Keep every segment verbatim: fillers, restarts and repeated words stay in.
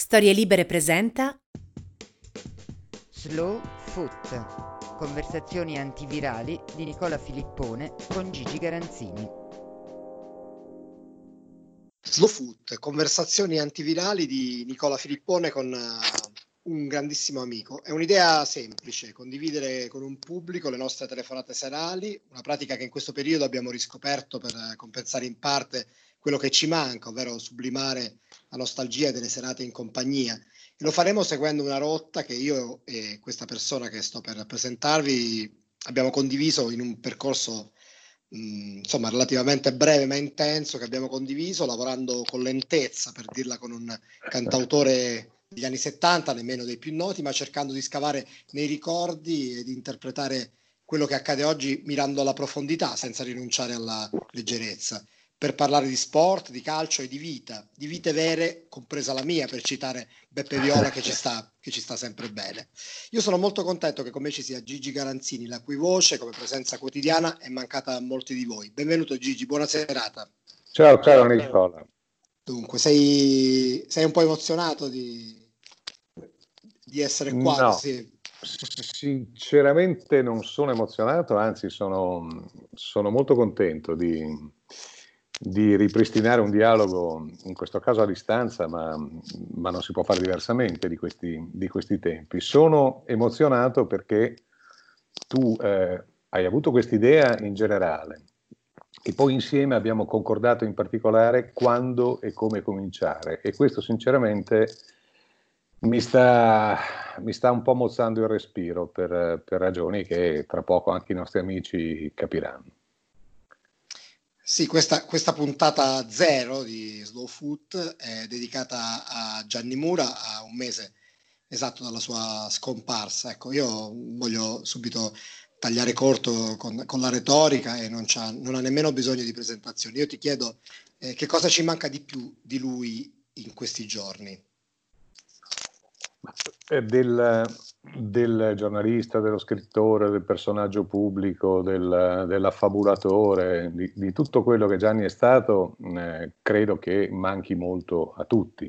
Storie Libere presenta Slow Foot, conversazioni antivirali di Nicola Filippone con Gigi Garanzini. Slow Foot, conversazioni antivirali di Nicola Filippone con uh, un grandissimo amico. È un'idea semplice, condividere con un pubblico le nostre telefonate serali, una pratica che in questo periodo abbiamo riscoperto per uh, compensare in parte quello che ci manca, ovvero sublimare la nostalgia delle serate in compagnia. E lo faremo seguendo una rotta che io e questa persona che sto per presentarvi abbiamo condiviso in un percorso mh, insomma relativamente breve ma intenso, che abbiamo condiviso lavorando con lentezza, per dirla con un cantautore degli anni settanta, nemmeno dei più noti, ma cercando di scavare nei ricordi e di interpretare quello che accade oggi mirando alla profondità senza rinunciare alla leggerezza, per parlare di sport, di calcio e di vita, di vite vere, compresa la mia, per citare Beppe Viola che ci sta, che ci sta sempre bene. Io sono molto contento che con me ci sia Gigi Garanzini, la cui voce come presenza quotidiana è mancata a molti di voi. Benvenuto Gigi, buona serata. Ciao, ciao Nicola. Dunque, sei, sei un po' emozionato di, di essere qua? No, Così? Sinceramente non sono emozionato, anzi sono, sono molto contento di, di ripristinare un dialogo, in questo caso a distanza, ma, ma non si può fare diversamente di questi, di questi tempi. Sono emozionato perché tu eh, hai avuto quest'idea in generale e poi insieme abbiamo concordato in particolare quando e come cominciare, e questo sinceramente mi sta, mi sta un po' mozzando il respiro per, per ragioni che tra poco anche i nostri amici capiranno. Sì, questa, questa puntata zero di Slow Foot è dedicata a Gianni Mura, a un mese esatto dalla sua scomparsa. Ecco, io voglio subito tagliare corto con, con la retorica e non, c'ha, non ha nemmeno bisogno di presentazioni. Io ti chiedo eh, che cosa ci manca di più di lui in questi giorni? Del, del giornalista, dello scrittore, del personaggio pubblico, del, dell'affabulatore, di, di tutto quello che Gianni è stato, eh, credo che manchi molto a tutti.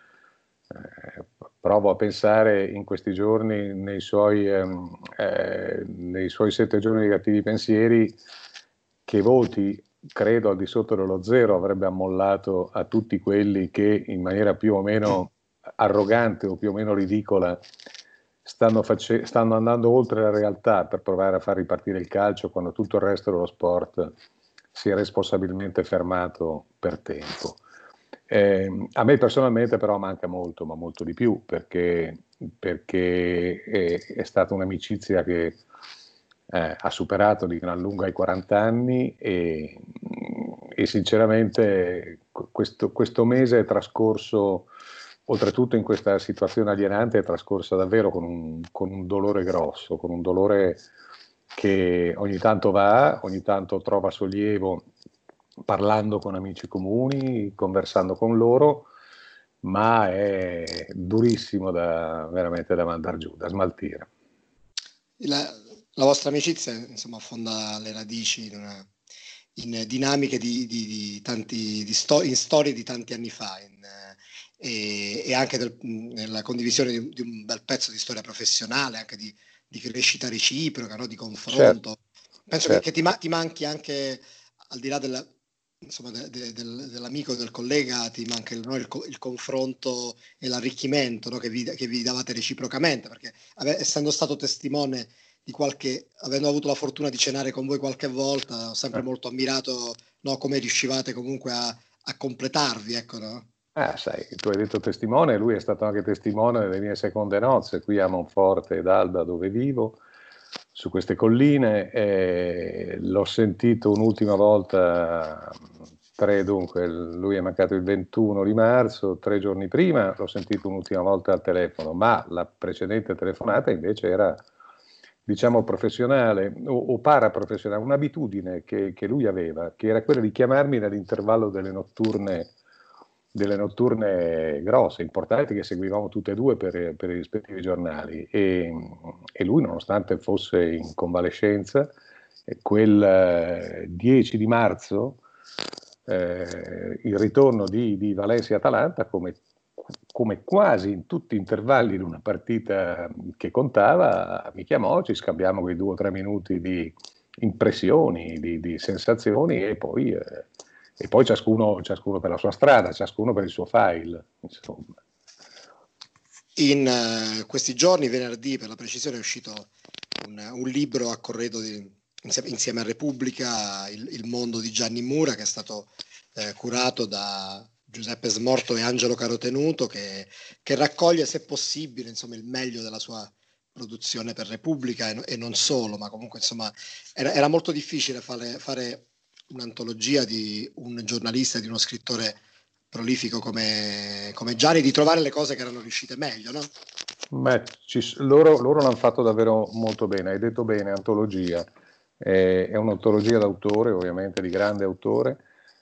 Eh, provo a pensare in questi giorni, nei suoi, ehm, eh, nei suoi sette giorni di cattivi pensieri, che voti, credo, al di sotto dello zero avrebbe ammollato a tutti quelli che in maniera più o meno arrogante o più o meno ridicola stanno, face- stanno andando oltre la realtà per provare a far ripartire il calcio quando tutto il resto dello sport si è responsabilmente fermato per tempo. Eh, a me personalmente però manca molto, ma molto di più, perché, perché è, è stata un'amicizia che eh, ha superato di gran lunga i quaranta anni e, e sinceramente questo, questo mese è trascorso, oltretutto in questa situazione alienante, è trascorsa davvero con un, con un dolore grosso, con un dolore che ogni tanto va, ogni tanto trova sollievo parlando con amici comuni, conversando con loro, ma è durissimo da, veramente da mandare giù, da smaltire. La, la vostra amicizia, insomma, affonda le radici in, una, in dinamiche di, di, di tanti, di sto, in storie di tanti anni fa, in, e, e anche del, nella condivisione di, di un bel pezzo di storia professionale, anche di, di crescita reciproca, no? Di confronto. Certo. Penso certo. che, che ti, ti manchi anche, al di là della, insomma, de, de, del, dell'amico, del collega, ti manca il, no? il, il confronto e l'arricchimento, no? che, vi, che vi davate reciprocamente, perché ave, essendo stato testimone di qualche, avendo avuto la fortuna di cenare con voi qualche volta, ho sempre molto ammirato, no? come riuscivate comunque a, a completarvi, ecco, no? Ah, sai, tu hai detto testimone, lui è stato anche testimone delle mie seconde nozze qui a Monforte ed Alba, dove vivo, su queste colline. E l'ho sentito un'ultima volta, tre, dunque, lui è mancato il ventuno di marzo, tre giorni prima l'ho sentito un'ultima volta al telefono, ma la precedente telefonata invece era, diciamo, professionale o, o paraprofessionale, un'abitudine che, che lui aveva, che era quella di chiamarmi nell'intervallo delle notturne delle notturne grosse, importanti, che seguivamo tutte e due per, per i rispettivi giornali, e, e lui, nonostante fosse in convalescenza, quel eh, dieci di marzo, eh, il ritorno di, di Valencia-Atalanta, come come quasi in tutti gli intervalli di una partita che contava, mi chiamò, ci scambiamo quei due o tre minuti di impressioni, di, di sensazioni e poi, eh, e poi ciascuno, ciascuno per la sua strada, ciascuno per il suo file, insomma. In uh, questi giorni, venerdì per la precisione, è uscito un, un libro a corredo di, insieme, insieme a Repubblica, il, il mondo di Gianni Mura, che è stato eh, curato da Giuseppe Smorto e Angelo Carotenuto, che, che raccoglie, se possibile, insomma, il meglio della sua produzione per Repubblica e, e non solo, ma comunque insomma era, era molto difficile fare, fare un'antologia di un giornalista e di uno scrittore prolifico come, come Gianni, di trovare le cose che erano riuscite meglio, no? Beh, ci, loro, loro l'hanno fatto davvero molto bene, hai detto bene, antologia. Eh, è un'antologia d'autore, ovviamente di grande autore,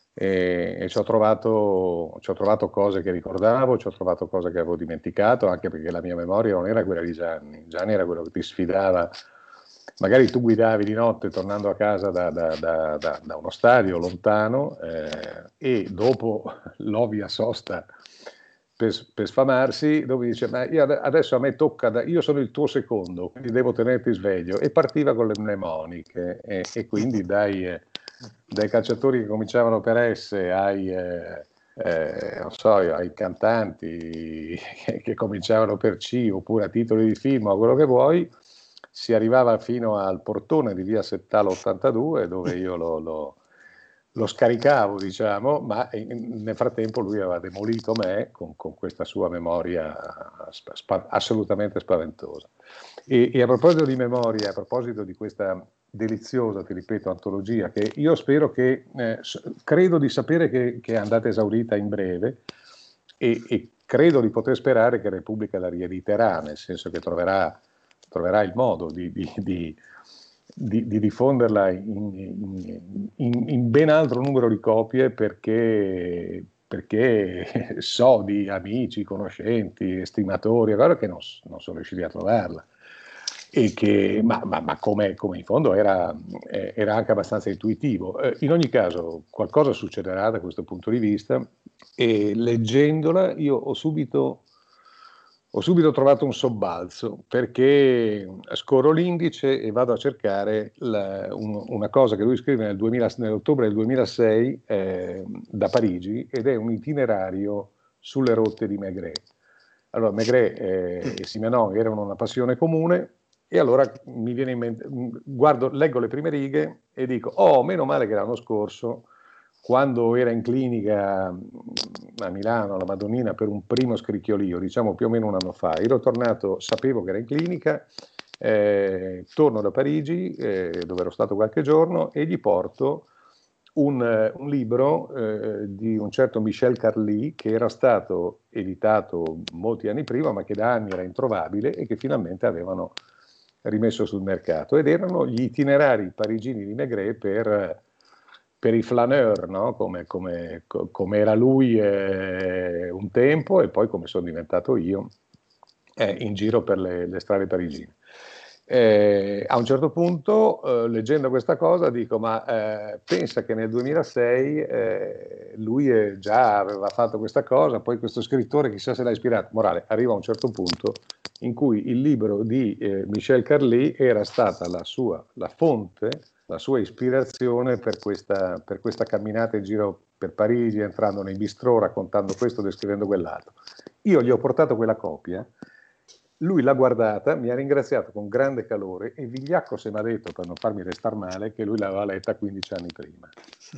e, e ci ho trovato, ci ho trovato cose che ricordavo, ci ho trovato cose che avevo dimenticato, anche perché la mia memoria non era quella di Gianni. Gianni era quello che ti sfidava. Magari tu guidavi di notte tornando a casa da, da, da, da, da uno stadio lontano eh, e dopo l'ovvia sosta per, per sfamarsi, dove dice: ma io adesso a me tocca, da, io sono il tuo secondo, quindi devo tenerti sveglio. E partiva con le mnemoniche e, e quindi dai, eh, dai calciatori che cominciavano per S ai, eh, eh, non so, ai cantanti che, che cominciavano per C, oppure a titoli di film o quello che vuoi, si arrivava fino al portone di via Settalo ottantadue, dove io lo, lo, lo scaricavo, diciamo, ma in, nel frattempo lui aveva demolito me con, con questa sua memoria spa, assolutamente spaventosa. E, e a proposito di memoria, a proposito di questa deliziosa, ti ripeto, antologia, che io spero che, eh, credo di sapere che, che è andata esaurita in breve, e, e credo di poter sperare che Repubblica la riediterà, nel senso che troverà troverà il modo di, di, di, di, di diffonderla in, in, in, in ben altro numero di copie, perché, perché so di amici, conoscenti, estimatori, guarda, che non, non sono riusciti a trovarla. E che, ma, ma, ma come, come in fondo era, era anche abbastanza intuitivo. Eh, in ogni caso qualcosa succederà da questo punto di vista, e leggendola io ho subito... Ho subito trovato un sobbalzo, perché scorro l'indice e vado a cercare la, un, una cosa che lui scrive nel duemila, nell'ottobre del duemilasei eh, da Parigi, ed è un itinerario sulle rotte di Maigret. Allora, Maigret eh, e Simenon erano una passione comune, e allora mi viene in mente, guardo, leggo le prime righe e dico: oh, meno male che l'anno scorso, quando era in clinica a Milano, alla Madonnina, per un primo scricchiolio, diciamo più o meno un anno fa, ero tornato, sapevo che era in clinica, eh, torno da Parigi, eh, dove ero stato qualche giorno, e gli porto un, un libro eh, di un certo Michel Carly, che era stato editato molti anni prima, ma che da anni era introvabile e che finalmente avevano rimesso sul mercato, ed erano gli itinerari parigini di Maigret per... per i flaneur, no? come, come, come era lui eh, un tempo, e poi come sono diventato io eh, in giro per le, le strade parigine. Eh, a un certo punto, eh, leggendo questa cosa, dico: ma eh, pensa che nel duemilasei eh, lui già aveva fatto questa cosa, poi questo scrittore chissà se l'ha ispirato. Morale, arriva a un certo punto in cui il libro di eh, Michel Carly era stata la sua, la fonte, la sua ispirazione per questa, per questa camminata in giro per Parigi, entrando nei bistrò, raccontando questo, descrivendo quell'altro. Io gli ho portato quella copia, lui l'ha guardata, mi ha ringraziato con grande calore, e vigliacco se mi ha detto, per non farmi restare male, che lui l'aveva letta quindici anni prima.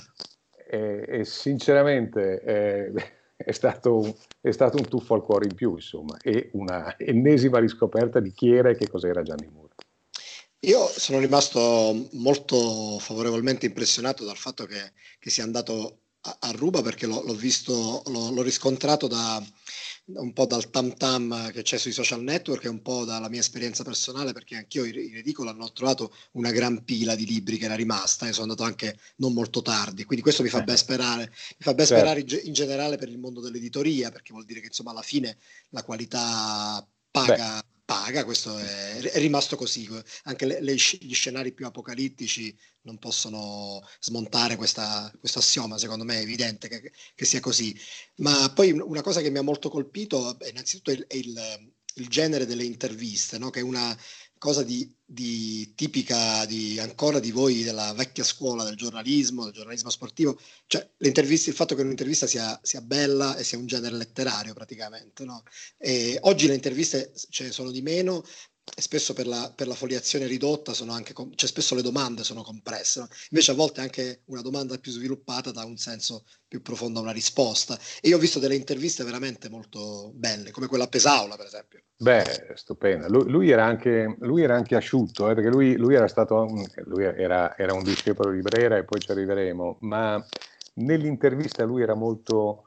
E, e sinceramente eh, è, stato un, è stato un tuffo al cuore in più, insomma, e una ennesima riscoperta di chi era e che cos'era Gianni Mura. Io sono rimasto molto favorevolmente impressionato dal fatto che, che sia andato a, a ruba, perché l'ho, l'ho visto, l'ho, l'ho riscontrato da un po' dal tam tam che c'è sui social network, e un po' dalla mia esperienza personale, perché anch'io in edicola hanno trovato una gran pila di libri che era rimasta, e sono andato anche non molto tardi, quindi questo mi fa ben sperare, mi fa ben sperare certo. in, in generale per il mondo dell'editoria, perché vuol dire che insomma alla fine la qualità paga. Beh. paga, questo è, è rimasto così. Anche le, le, gli scenari più apocalittici non possono smontare questa, questo assioma, secondo me è evidente che, che sia così. Ma poi una cosa che mi ha molto colpito è innanzitutto il, è il, il genere delle interviste, no? Che è una cosa di, di tipica di ancora di voi della vecchia scuola del giornalismo, del giornalismo sportivo, cioè le interviste, il fatto che un'intervista sia, sia bella e sia un genere letterario praticamente, no? E oggi le interviste ce ne sono di meno e spesso per la, per la foliazione ridotta sono anche, cioè spesso le domande sono compresse, no? Invece a volte anche una domanda più sviluppata dà un senso più profondo a una risposta. E io ho visto delle interviste veramente molto belle, come quella a Pesaula per esempio. Beh, stupenda. Lui, lui era anche, lui era anche asciutto, eh, perché lui, lui era stato, lui era, era un discepolo di Brera e poi ci arriveremo, ma nell'intervista lui era molto,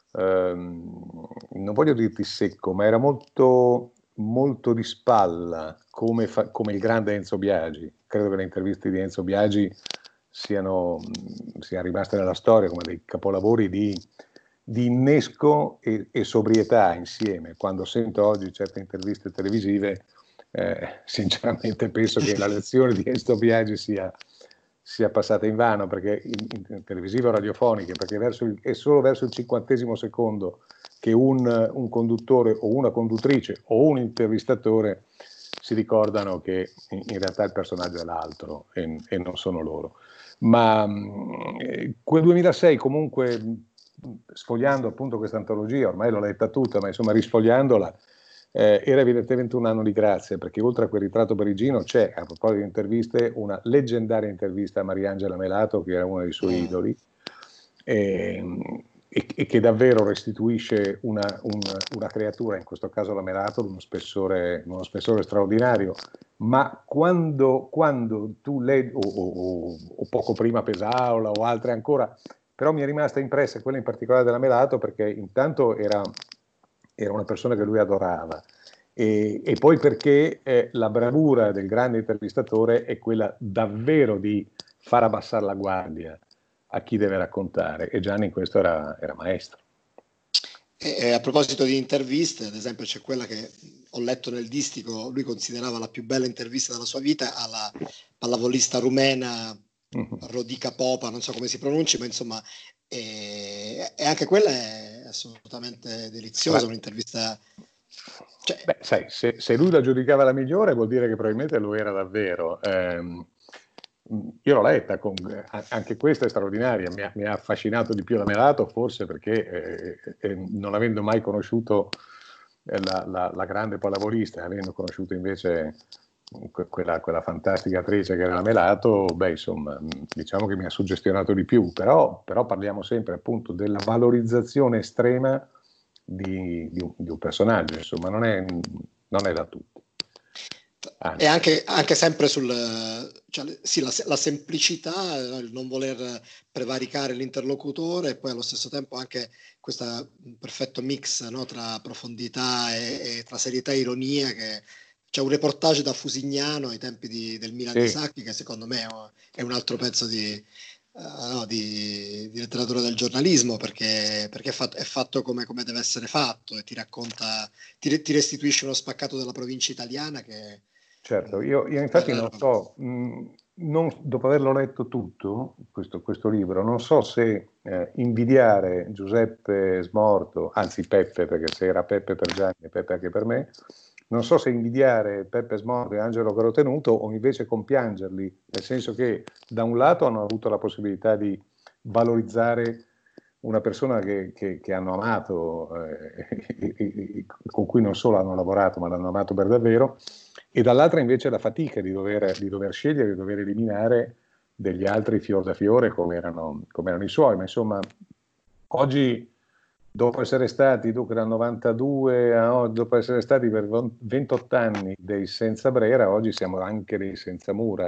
ehm, non voglio dirti secco, ma era molto, molto di spalla, come, fa, come il grande Enzo Biagi. Credo che le interviste di Enzo Biagi siano, siano rimaste nella storia come dei capolavori di, di innesco e, e sobrietà insieme. Quando sento oggi certe interviste televisive, eh, sinceramente penso che la lezione di Enzo Biagi sia, sia passata in vano, perché in, in televisive o radiofoniche, perché verso il, è solo verso il cinquantesimo secondo che un, un conduttore o una conduttrice o un intervistatore si ricordano che in, in realtà il personaggio è l'altro e, e non sono loro. Ma eh, quel duemilasei comunque, sfogliando appunto questa antologia, ormai l'ho letta tutta, ma insomma risfogliandola, eh, era evidentemente un anno di grazia, perché oltre a quel ritratto parigino c'è, a proposito di interviste, una leggendaria intervista a Mariangela Melato, che era uno dei suoi idoli, e, e, e che davvero restituisce una, una, una creatura, in questo caso la Melato, di uno spessore, uno spessore straordinario. Ma quando, quando tu leggi, o, o, o poco prima Pesaula o altre ancora, però mi è rimasta impressa quella in particolare della Melato, perché intanto era, era una persona che lui adorava, e, e poi perché eh, la bravura del grande intervistatore è quella davvero di far abbassare la guardia a chi deve raccontare, e Gianni in questo era, era maestro. E, e a proposito di interviste, ad esempio c'è quella che ho letto nel Distico, lui considerava la più bella intervista della sua vita alla pallavolista rumena Rodica Popa, non so come si pronunci, ma insomma, e, e anche quella è assolutamente deliziosa, Beh, un'intervista. Cioè... Beh, sai, se, se lui la giudicava la migliore vuol dire che probabilmente lo era davvero. Eh, io l'ho letta, con, anche questa è straordinaria, mi ha, mi ha affascinato di più la Melato, forse perché eh, eh, non avendo mai conosciuto la, la, la grande pallavolista, avendo conosciuto invece quella, quella fantastica attrice che era la Melato, beh, insomma, diciamo che mi ha suggestionato di più, però, però parliamo sempre appunto della valorizzazione estrema di, di, un, di un personaggio, insomma, non è, non è da tutti. Anzi. E anche, anche sempre sul, cioè, sì, la, la semplicità, il non voler prevaricare l'interlocutore, e poi allo stesso tempo anche questo perfetto mix, no, tra profondità e, e tra serietà e ironia. Che c'è un reportage da Fusignano ai tempi di, del Milan, sì, di Sacchi, che secondo me è un altro pezzo di, uh, no, di, di letteratura del giornalismo, perché, perché è, fatto, è fatto come, come deve essere fatto, e ti racconta, ti, ti restituisce uno spaccato della provincia italiana che... Certo, io, io infatti non so, mh, non, dopo averlo letto tutto, questo, questo libro, non so se eh, invidiare Giuseppe Smorto, anzi Peppe, perché se era Peppe per Gianni e Peppe anche per me, non so se invidiare Peppe Smorto e Angelo Carotenuto o invece compiangerli, nel senso che da un lato hanno avuto la possibilità di valorizzare una persona che, che, che hanno amato, eh, e, e, con cui non solo hanno lavorato, ma l'hanno amato per davvero, e dall'altra invece la fatica di dover, di dover scegliere, di dover eliminare degli altri fior da fiore come erano, come erano i suoi. Ma insomma, oggi, dopo essere stati, dunque dal novantadue a oggi, dopo essere stati per ventotto anni dei senza Brera, oggi siamo anche dei senza Mura,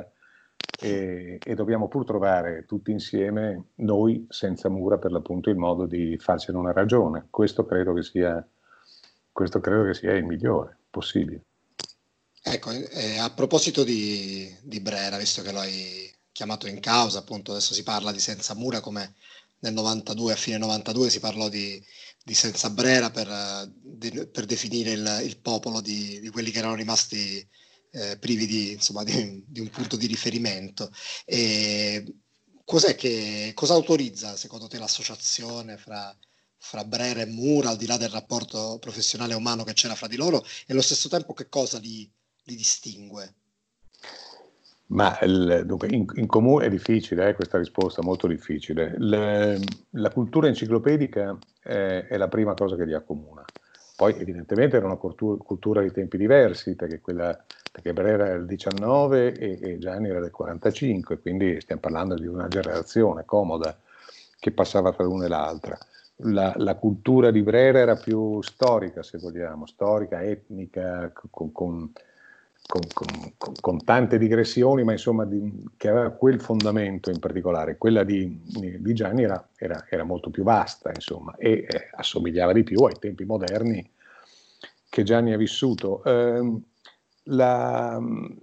e, e dobbiamo pur trovare tutti insieme, noi senza Mura per l'appunto, il modo di farcene una ragione. Questo credo che sia, questo credo che sia il migliore possibile. Ecco, eh, a proposito di, di Brera, visto che lo hai chiamato in causa, appunto adesso si parla di Senza Mura come nel novantadue, a fine novantadue, si parlò di, di Senza Brera per, di, per definire il, il popolo di, di quelli che erano rimasti eh, privi di, insomma, di, di un punto di riferimento. E cos'è che, cosa autorizza secondo te l'associazione fra, fra Brera e Mura, al di là del rapporto professionale e umano che c'era fra di loro, e allo stesso tempo che cosa li, li distingue? Ma il, dunque, in, in comune è difficile, eh, questa risposta, molto difficile. Le, la cultura enciclopedica è, è la prima cosa che li accomuna. Poi evidentemente era una cultura, cultura di tempi diversi, perché, quella, perché Brera era del diciannove e, e Gianni era del quarantacinque, quindi stiamo parlando di una generazione comoda che passava tra l'una e l'altra. La, la cultura di Brera era più storica, se vogliamo, storica, etnica, con... con Con, con, con tante digressioni, ma insomma di, che aveva quel fondamento in particolare. Quella di, di Gianni era, era, era molto più vasta, insomma, e eh, assomigliava di più ai tempi moderni che Gianni ha vissuto. Eh, la,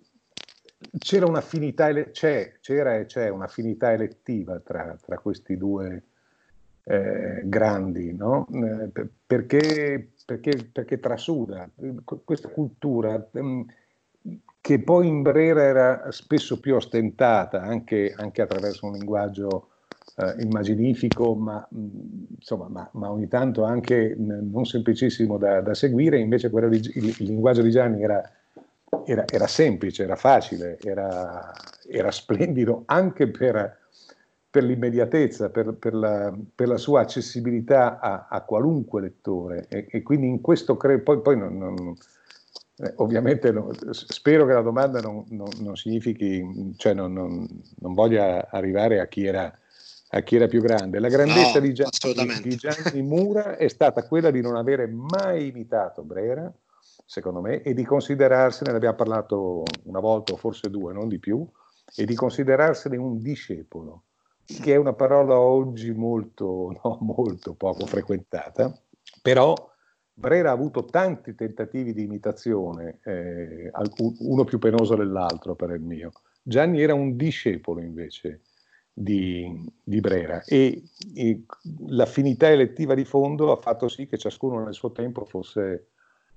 c'era un'affinità, c'è, c'era e c'è un'affinità elettiva tra, tra questi due eh, grandi, no? Eh, perché, perché, perché trasuda questa cultura um, che poi in Brera era spesso più ostentata, anche, anche attraverso un linguaggio eh, immaginifico, ma, mh, insomma, ma, ma ogni tanto anche mh, non semplicissimo da, da seguire. Invece quello di, il, il linguaggio di Gianni era, era, era semplice, era facile, era, era splendido anche per, per l'immediatezza, per, per, la, per la sua accessibilità a, a qualunque lettore. E, e quindi in questo credo, poi, poi non... non Eh, ovviamente no, spero che la domanda non, non, non significhi, cioè non, non, non voglia arrivare a chi, era, a chi era più grande. La grandezza No, di Gianni, assolutamente. di Gianni Mura è stata quella di non avere mai imitato Brera, secondo me, e di considerarsene, ne abbiamo parlato una volta o forse due, non di più, e di considerarsene un discepolo, che è una parola oggi molto, no, molto poco frequentata, però Brera ha avuto tanti tentativi di imitazione, eh, uno più penoso dell'altro per il mio. Gianni era un discepolo invece di, di Brera e, e l'affinità elettiva di fondo ha fatto sì che ciascuno nel suo tempo fosse,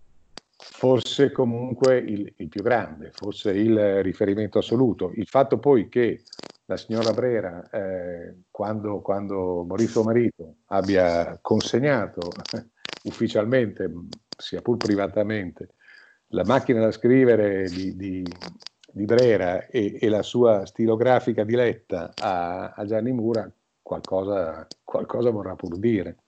fosse comunque il, il più grande, fosse il riferimento assoluto. Il fatto poi che la signora Brera, eh, quando, quando morì suo marito, abbia consegnato ufficialmente, sia pur privatamente, la macchina da scrivere di, di, di Brera e, e la sua stilografica diletta a, a Gianni Mura, qualcosa, qualcosa vorrà pur dire.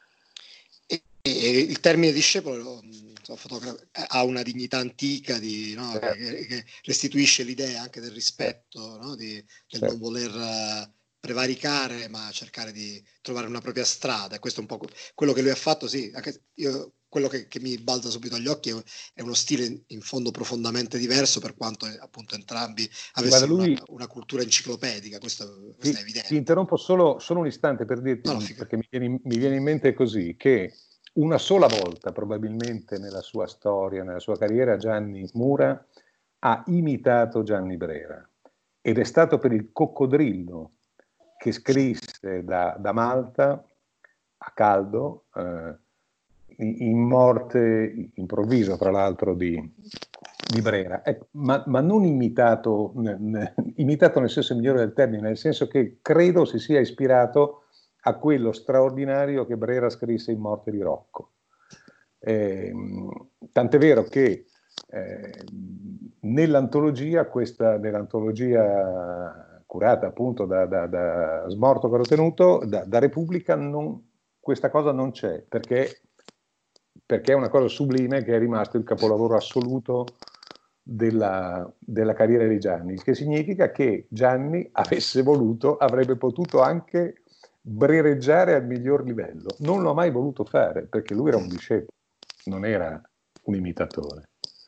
E, e il termine discepolo ha una dignità antica di, no, Certo. che, che restituisce l'idea anche del rispetto, no, di, del certo. non voler uh, prevaricare, ma cercare di trovare una propria strada. Questo è un po' quello che lui ha fatto, sì. Anche io, quello che, che mi balza subito agli occhi è, è uno stile in fondo profondamente diverso, per quanto appunto entrambi avessero lui, una, una cultura enciclopedica, questo, questo ti, è evidente. Ti interrompo solo, solo un istante per dirti, No, no, perché mi viene, mi viene in mente così, che una sola volta probabilmente nella sua storia, nella sua carriera, Gianni Mura ha imitato Gianni Brera ed è stato per il Coccodrillo che scrisse da, da Malta a caldo, eh, in morte improvviso tra l'altro di, di Brera, eh, ma, ma non imitato, n- imitato nel senso migliore del termine, nel senso che credo si sia ispirato a quello straordinario che Brera scrisse in Morte di Rocco. Eh, tant'è vero che eh, nell'antologia, questa, nell'antologia curata appunto da, da, da Smorto Caro Tenuto, da, da Repubblica, non, questa cosa non c'è, perché, perché è una cosa sublime che è rimasto il capolavoro assoluto della, della carriera di Gianni, il che significa che Gianni, avesse voluto, avrebbe potuto anche brereggiare al miglior livello. Non l'ho mai voluto fare, perché lui era un discepolo, non era un imitatore.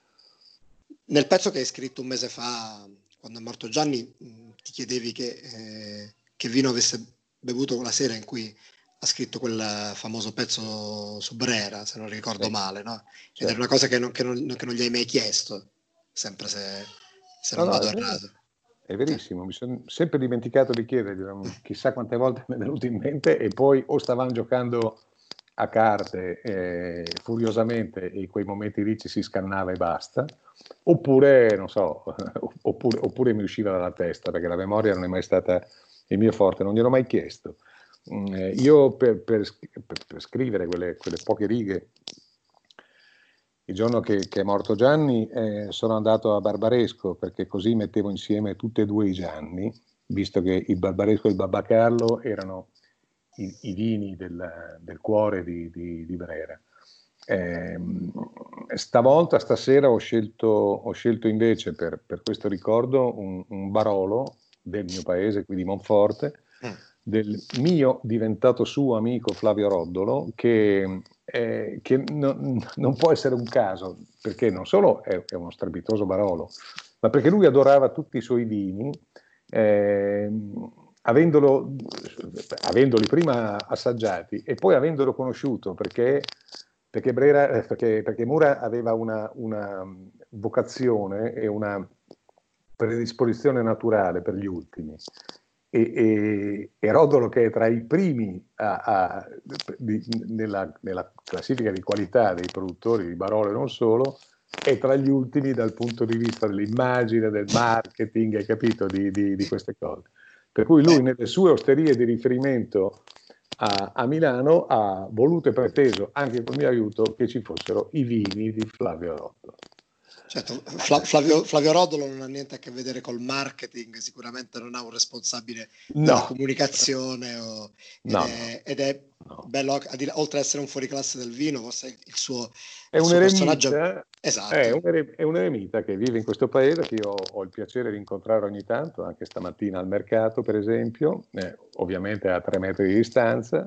Nel pezzo che hai scritto un mese fa, quando è morto Gianni, ti chiedevi che, eh, che vino avesse bevuto la sera in cui ha scritto quel famoso pezzo su Brera, se non ricordo Sì, male, no? certo. Ed era una cosa che non, che, non, che non gli hai mai chiesto, sempre se, se no, non no, vado errato. È verissimo, mi sono sempre dimenticato di chiederglielo, chissà quante volte mi è venuto in mente, e poi o stavamo giocando a carte eh, furiosamente e in quei momenti lì ci si scannava e basta, oppure, non so, oppure, oppure mi usciva dalla testa, perché la memoria non è mai stata il mio forte, non gliel'ho mai chiesto. Mm, eh, io per, per, per, per scrivere quelle, quelle poche righe, il giorno che, che è morto Gianni, eh, sono andato a Barbaresco, perché così mettevo insieme tutti e due i Gianni, visto che il Barbaresco e il Babbacarlo erano i, i vini del, del cuore di, di, di Brera. Eh, stavolta, stasera, ho scelto, ho scelto invece per, per questo ricordo un, un Barolo del mio paese, qui di Monforte, del mio diventato suo amico Flavio Roddolo, che, eh, che no, non può essere un caso, perché non solo è, è uno strepitoso Barolo, ma perché lui adorava tutti i suoi vini, eh, avendolo, avendoli prima assaggiati e poi avendolo conosciuto, perché, perché, Brera, perché, perché Mura aveva una, una vocazione e una predisposizione naturale per gli ultimi. E, e, e Rodolo, che è tra i primi a, a, di, nella, nella classifica di qualità dei produttori di Barolo e non solo, è tra gli ultimi dal punto di vista dell'immagine, del marketing, hai capito, di, di, di queste cose. Per cui lui nelle sue osterie di riferimento a, a Milano ha voluto e preteso, anche con il mio aiuto, che ci fossero i vini di Flavio Rodolo. Certo, Flavio, Flavio Rodolo non ha niente a che vedere col marketing, sicuramente non ha un responsabile no. della comunicazione, o, ed, no, è, ed è no. bello, oltre ad essere un fuoriclasse del vino, forse il suo, è il un suo eremita, personaggio... Esatto. È un, ere, è un eremita che vive in questo paese, che io ho il piacere di incontrare ogni tanto, anche stamattina al mercato per esempio, eh, ovviamente a tre metri di distanza,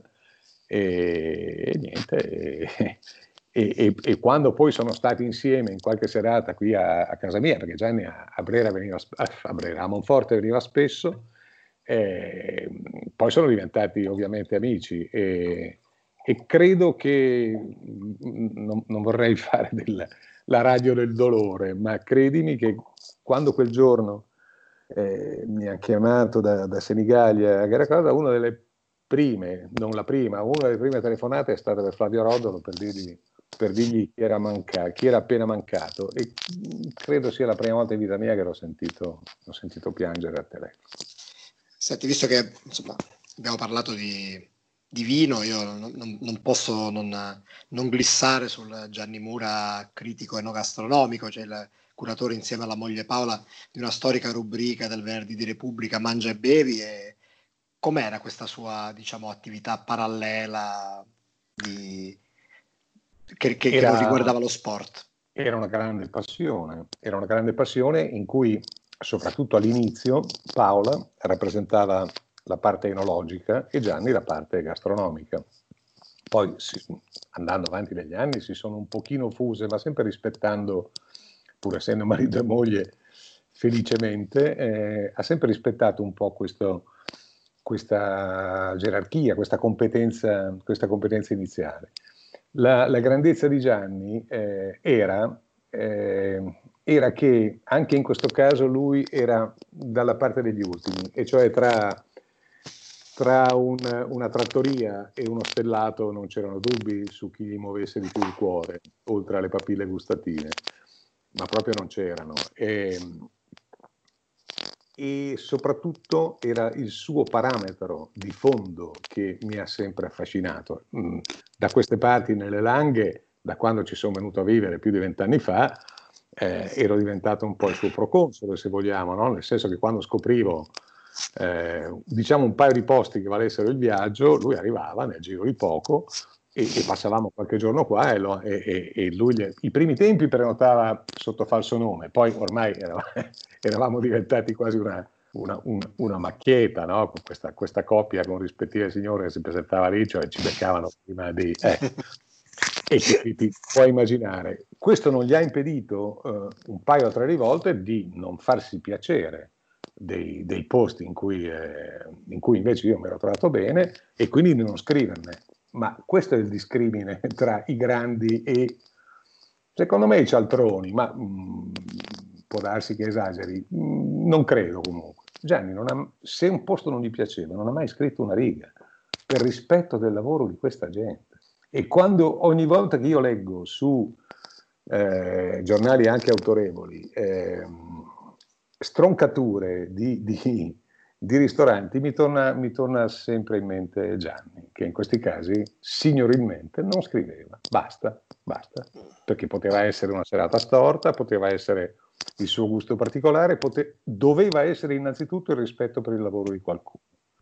e, e niente... E, E, e, e quando poi sono stati insieme in qualche serata qui a, a casa mia, perché Gianni a, a Brera veniva, a, Brera, a Monforte veniva spesso, eh, poi sono diventati ovviamente amici e, e credo che, non, non vorrei fare del, la radio del dolore, ma credimi che quando quel giorno eh, mi ha chiamato da, da Senigallia a Garacosa, una delle prime, non la prima, una delle prime telefonate è stata per Flavio Rodolo per dirgli per dirgli chi era, manca- chi era appena mancato, e credo sia la prima volta in vita mia che l'ho sentito, l'ho sentito piangere al telefono. Senti, visto che insomma abbiamo parlato di, di vino, io non, non posso non, non glissare sul Gianni Mura critico enogastronomico, cioè il curatore insieme alla moglie Paola di una storica rubrica del Venerdì di Repubblica Mangia e Bevi. E com'era questa sua, diciamo, attività parallela di Che, che, era, che non riguardava lo sport? Era una grande passione, era una grande passione in cui, soprattutto all'inizio, Paola rappresentava la parte enologica e Gianni la parte gastronomica. Poi, si, andando avanti negli anni, si sono un pochino fuse, ma sempre rispettando, pur essendo marito e moglie, felicemente, eh, ha sempre rispettato un po' questo, questa gerarchia, questa competenza, questa competenza iniziale. La, la grandezza di Gianni eh, era, eh, era che anche in questo caso lui era dalla parte degli ultimi, e cioè tra, tra un, una trattoria e uno stellato non c'erano dubbi su chi gli muovesse di più il cuore, oltre alle papille gustative, ma proprio non c'erano. E, e soprattutto era il suo parametro di fondo che mi ha sempre affascinato. Da queste parti, nelle Langhe, da quando ci sono venuto a vivere più di vent'anni fa, eh, ero diventato un po' il suo proconsole, se vogliamo, no? Nel senso che quando scoprivo eh, diciamo un paio di posti che valessero il viaggio, lui arrivava nel giro di poco e, e passavamo qualche giorno qua e, lo, e, e lui gli, i primi tempi prenotava sotto falso nome, poi ormai eravamo, eravamo diventati quasi una, una, una, una macchietta, no? Con questa, questa coppia con rispettive signore che si presentava lì, cioè ci beccavano prima di... Eh. E ti, ti puoi immaginare, questo non gli ha impedito uh, un paio o tre di volte di non farsi piacere dei, dei posti in cui, eh, in cui invece io mi ero trovato bene, e quindi di non scriverne. Ma questo è il discrimine tra i grandi e, secondo me, i cialtroni, ma mh, può darsi che esageri, non credo comunque. Gianni, non ha, se un posto non gli piaceva, non ha mai scritto una riga, per rispetto del lavoro di questa gente. E quando ogni volta che io leggo su eh, giornali anche autorevoli eh, stroncature di, di, di ristoranti, mi torna, mi torna sempre in mente Gianni, che in questi casi signorilmente non scriveva. Basta, basta, perché poteva essere una serata storta, poteva essere il suo gusto particolare, pote- doveva essere innanzitutto il rispetto per il lavoro di qualcuno.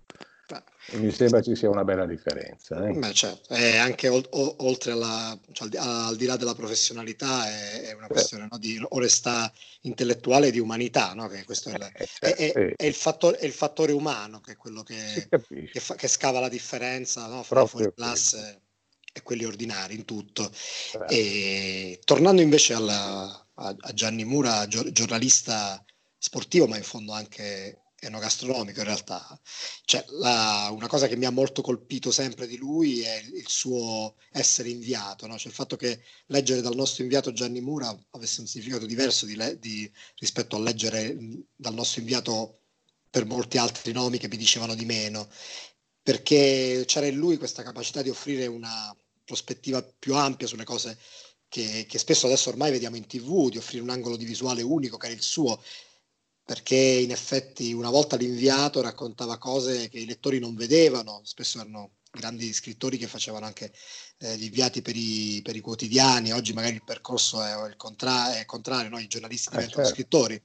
E mi sembra ci sia una bella differenza. Eh? Beh, certo, è anche ol- o- oltre alla, cioè, al, di, al di là della professionalità, è, è una questione, no, di onestà intellettuale e di umanità, no? Che questo è, il, Eh, è, certo, è- eh, è il fattore, è il fattore umano che è quello si che, che, capisce, fa- che scava la differenza, no, fra i fuori proprio questo. classe e quelli ordinari in tutto. Bravo. E tornando invece alla- a, a Gianni Mura, gio- giornalista sportivo, ma in fondo anche enogastronomico in realtà. Cioè, la, una cosa che mi ha molto colpito sempre di lui è il, il suo essere inviato, no? Cioè il fatto che leggere dal nostro inviato Gianni Mura avesse un significato diverso di le, di, rispetto a leggere dal nostro inviato per molti altri nomi che mi dicevano di meno, perché c'era in lui questa capacità di offrire una prospettiva più ampia sulle cose che, che spesso adesso ormai vediamo in tivù, di offrire un angolo di visuale unico che era il suo, perché in effetti una volta l'inviato raccontava cose che i lettori non vedevano, spesso erano grandi scrittori che facevano anche eh, gli inviati per i, per i quotidiani, oggi magari il percorso è il contra- è contrario, no? I giornalisti Eh, diventano certo. scrittori.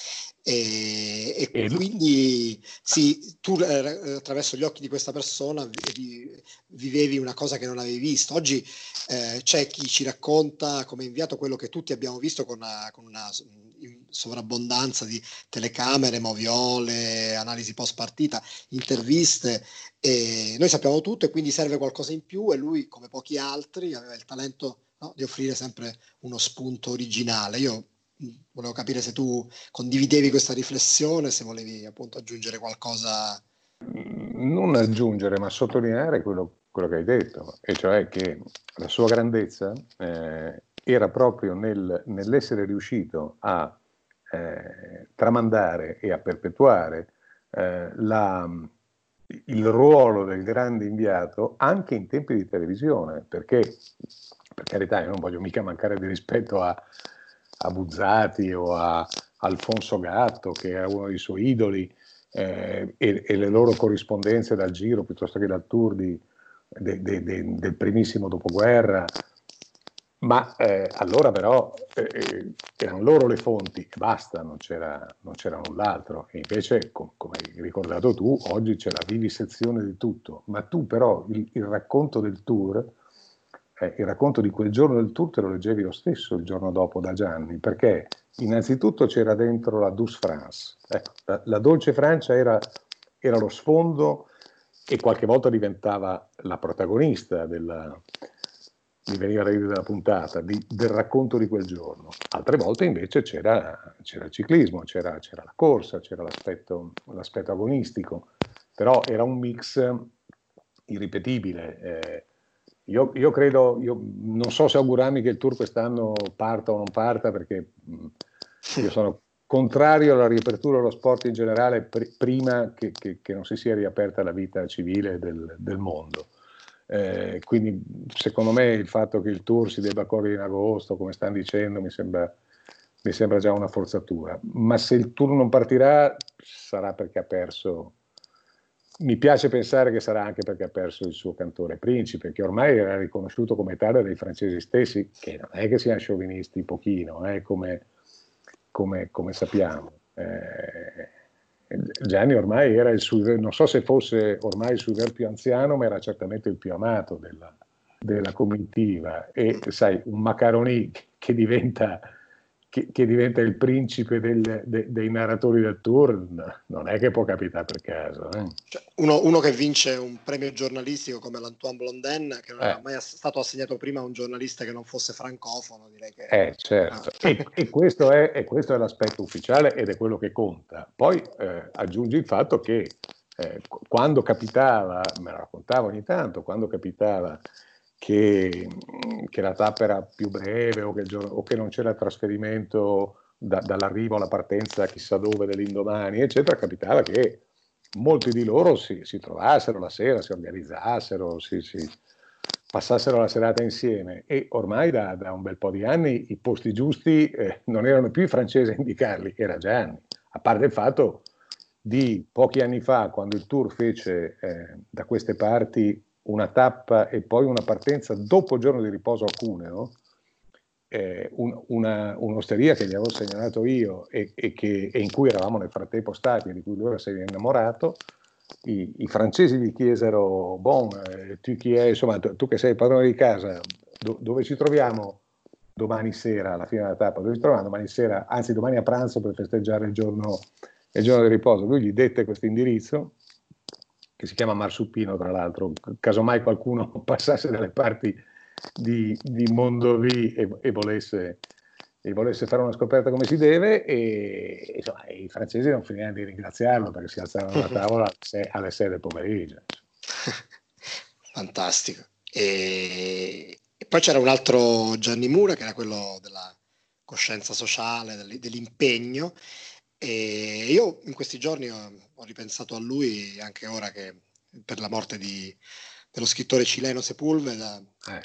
E, e E lui- quindi sì, tu eh, attraverso gli occhi di questa persona vi- vivevi una cosa che non avevi visto. Oggi eh, c'è chi ci racconta come inviato quello che tutti abbiamo visto con una, con una sovrabbondanza di telecamere, moviole, analisi post partita, interviste, e noi sappiamo tutto e quindi serve qualcosa in più, e lui come pochi altri aveva il talento, no, di offrire sempre uno spunto originale. Io volevo capire se tu condividevi questa riflessione, se volevi appunto aggiungere qualcosa. non aggiungere, ma sottolineare quello, quello che hai detto, e cioè che la sua grandezza eh, era proprio nel, nell'essere riuscito a eh, tramandare e a perpetuare eh, la, il ruolo del grande inviato anche in tempi di televisione, perché, per carità, io non voglio mica mancare di rispetto a, a Buzzati o a Alfonso Gatto, che era uno dei suoi idoli, eh, e, e le loro corrispondenze dal Giro piuttosto che dal Tour di, de, de, de, del primissimo dopoguerra, ma eh, allora però eh, erano loro le fonti e basta, non c'era, non c'era null'altro. E invece, com- come hai ricordato tu, oggi c'è la vivisezione di tutto, ma tu però il, il racconto del Tour, eh, il racconto di quel giorno del Tour te lo leggevi lo stesso il giorno dopo da Gianni, perché innanzitutto c'era dentro la Douce France, ecco, la, la dolce Francia era, era lo sfondo e qualche volta diventava la protagonista della, mi veniva da dire della puntata, di, del racconto di quel giorno. Altre volte invece c'era, c'era il ciclismo, c'era, c'era la corsa, c'era l'aspetto, l'aspetto agonistico, però era un mix irripetibile. Eh, io, io credo, io non so se augurarmi che il Tour quest'anno parta o non parta, perché mh, io sono contrario alla riapertura dello sport in generale pr- prima che, che, che non si sia riaperta la vita civile del, del mondo. Eh, quindi secondo me il fatto che il Tour si debba correre in agosto, come stanno dicendo, mi sembra, mi sembra già una forzatura. Ma se il Tour non partirà sarà perché ha perso. Mi piace pensare che sarà anche perché ha perso il suo cantore principe, che ormai era riconosciuto come tale dai francesi stessi, che non è che siano sciovinisti pochino, eh, come, come, come sappiamo. Eh, Gianni ormai era il Suiver, non so se fosse ormai il Suiver più anziano, ma era certamente il più amato della, della comitiva. E sai, un Macaroni che diventa, che, che diventa il principe del, de, dei narratori del Tour, non è che può capitare per caso. Eh? Cioè, uno, uno che vince un premio giornalistico come l'Antoine Blondin, che non era Eh. mai stato assegnato prima a un giornalista che non fosse francofono, direi che. Eh, certo, Ah. e, e, questo è, e questo è l'aspetto ufficiale ed è quello che conta. Poi eh, aggiungi il fatto che eh, quando capitava, me lo raccontavo ogni tanto, quando capitava che, che la tappa era più breve o che, o che non c'era trasferimento da, dall'arrivo alla partenza chissà dove dell'indomani, eccetera, capitava che molti di loro si, si trovassero la sera, si organizzassero, si, si passassero la serata insieme, e ormai da, da un bel po' di anni i posti giusti eh, non erano più i francesi a indicarli, era Gianni, a parte il fatto di pochi anni fa, quando il Tour fece eh, da queste parti una tappa e poi una partenza dopo giorno di riposo a Cuneo, eh, un, una, un'osteria che gli avevo segnalato io e, e, che, e in cui eravamo nel frattempo stati, di cui lui si era innamorato. I, i francesi gli chiesero, bon, eh, tu chi è, insomma, tu, tu che sei il padrone di casa, do, dove ci troviamo domani sera, alla fine della tappa, dove ci troviamo domani sera, anzi domani a pranzo per festeggiare il giorno, il giorno di riposo. Lui gli dette questo indirizzo, che si chiama Marsupino, tra l'altro, casomai qualcuno passasse dalle parti di, di Mondovì e, e, volesse, e volesse fare una scoperta come si deve, e insomma, i francesi non finivano di ringraziarlo perché si alzarono alla tavola alle sei del pomeriggio. Fantastico. E, e poi c'era un altro Gianni Mura, che era quello della coscienza sociale, dell'impegno, e io in questi giorni ho, ho ripensato a lui, anche ora che per la morte di, dello scrittore cileno Sepúlveda, eh,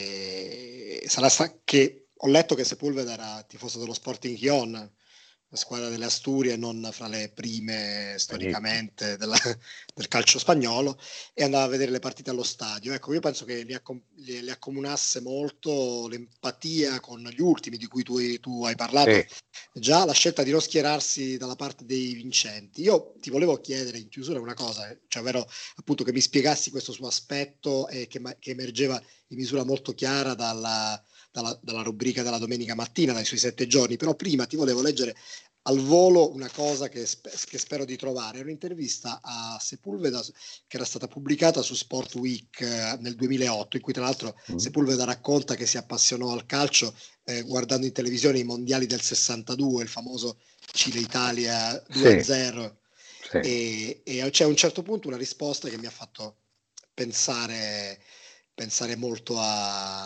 che, certo. sarà, che ho letto che Sepúlveda era tifoso dello Sporting Gijón, la squadra delle Asturie, non fra le prime storicamente della, del calcio spagnolo, e andava a vedere le partite allo stadio. Ecco, io penso che li, accom- li, li accomunasse molto l'empatia con gli ultimi di cui tu, tu hai parlato, eh. già la scelta di non schierarsi dalla parte dei vincenti. Io ti volevo chiedere in chiusura una cosa, cioè ovvero appunto che mi spiegassi questo suo aspetto, e che, che emergeva in misura molto chiara dalla Dalla, dalla rubrica della domenica mattina, dai suoi sette giorni. Però prima ti volevo leggere al volo una cosa che, spe- che spero di trovare. È un'intervista a Sepúlveda che era stata pubblicata su Sport Week eh, nel duemilaotto, in cui tra l'altro mm. Sepúlveda racconta che si appassionò al calcio eh, guardando in televisione i mondiali del sessantadue, il famoso Cile-Italia due a zero, sì. Sì. E, e c'è a un certo punto una risposta che mi ha fatto pensare, pensare molto a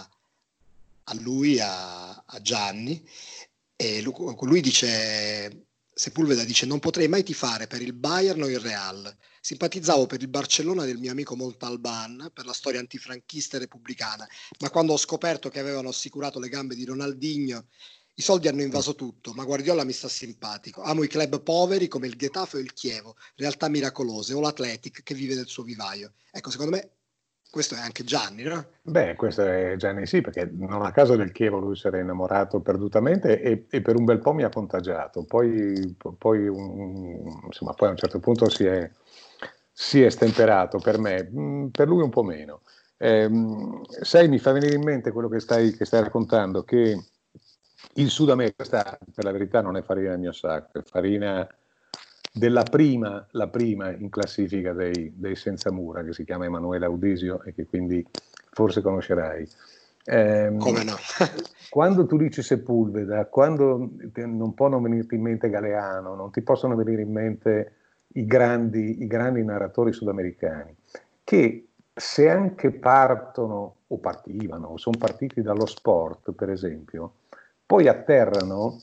a lui, a, a Gianni, e lui, lui dice, Sepúlveda dice: non potrei mai tifare per il Bayern o il Real, simpatizzavo per il Barcellona del mio amico Montalbán per la storia antifranchista e repubblicana, ma quando ho scoperto che avevano assicurato le gambe di Ronaldinho, i soldi hanno invaso tutto, ma Guardiola mi sta simpatico. Amo i club poveri come il Getafe o il Chievo, realtà miracolose, o l'Athletic che vive del suo vivaio. Ecco, secondo me questo è anche Gianni, no? Beh, questo è Gianni, sì, perché non a caso del Chievo lui si era innamorato perdutamente, e, e per un bel po' mi ha contagiato. Poi, poi, un, insomma, poi a un certo punto si è, si è stemperato per me, per lui un po' meno. Eh, sai, mi fa venire in mente quello che stai, che stai raccontando, che il Sud America, questa per la verità non è farina del mio sacco, è farina della prima, la prima in classifica dei, dei Senza Mura, che si chiama Emanuele Audisio e che quindi forse conoscerai. Eh, Come no? Quando tu dici Sepúlveda, quando non può non venirti in mente Galeano, non ti possono venire in mente i grandi, i grandi narratori sudamericani, che se anche partono o partivano o sono partiti dallo sport, per esempio, poi atterrano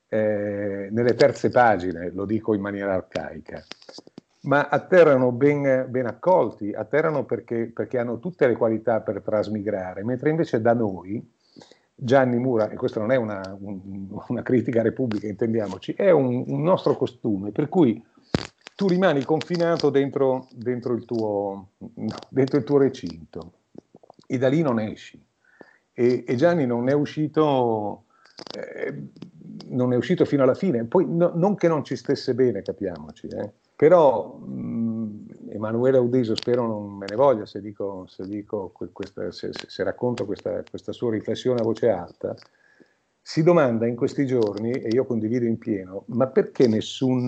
eh, nelle terze pagine, lo dico in maniera arcaica, ma atterrano ben, ben accolti, atterrano perché, perché hanno tutte le qualità per trasmigrare, mentre invece da noi Gianni Mura, e questa non è una, un, una critica a Repubblica, intendiamoci, è un, un nostro costume, per cui tu rimani confinato dentro, dentro, il tuo, dentro il tuo recinto e da lì non esci. E, e Gianni non è uscito... Eh, non è uscito fino alla fine, poi no, non che non ci stesse bene, capiamoci, eh. Però mh, Emanuele Audisio, spero non me ne voglia se dico, se, dico questa, se, se racconto questa, questa sua riflessione a voce alta, si domanda in questi giorni, e io condivido in pieno, ma perché nessun,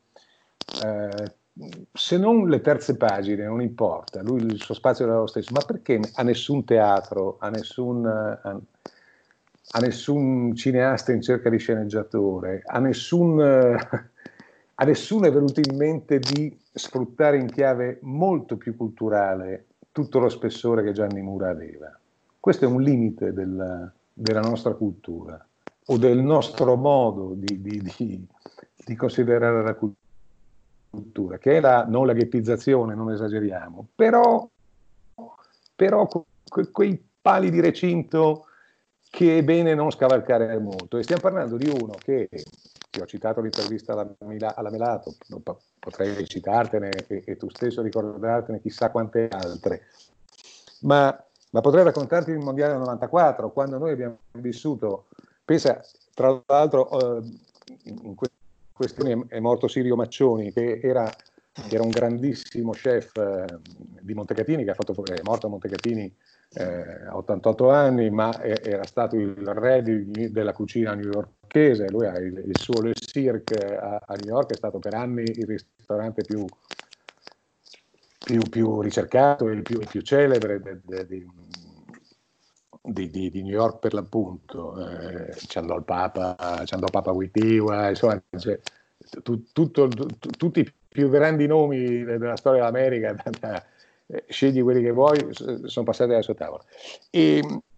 eh, se non le terze pagine, non importa, lui il suo spazio era lo stesso, ma perché a nessun teatro, a nessun... A, a nessun cineasta in cerca di sceneggiatore, a nessun, a nessuno è venuto in mente di sfruttare in chiave molto più culturale tutto lo spessore che Gianni Mura aveva. Questo è un limite della, della nostra cultura. o del nostro modo di, di, di, di considerare la cultura, che è la, non la ghettizzazione, non esageriamo, però, però que, quei pali di recinto che è bene non scavalcare molto. E stiamo parlando di uno che, ti ho citato l'intervista alla, Mila, alla Melato, potrei citartene e, e tu stesso ricordartene chissà quante altre, ma, ma potrei raccontarti il Mondiale del novantaquattro, quando noi abbiamo vissuto, pensa, tra l'altro eh, in questione è morto Sirio Maccioni, che era, era un grandissimo chef eh, di Montecatini, che ha fatto, è morto a Montecatini eh, a ottantotto anni, ma è, era stato il re di, della cucina newyorkese. Lui ha il, il suo Le Cirque a, a New York, è stato per anni il ristorante più, più, più ricercato e il più, il più celebre de, de, de, Di, di, di New York per l'appunto. Eh, ci andò il Papa, ci andò Papa Wojtyła, insomma, cioè, tu, tutto, tu, tutti i più grandi nomi della storia dell'America, eh, scegli quelli che vuoi, sono passati dalla sua tavola. E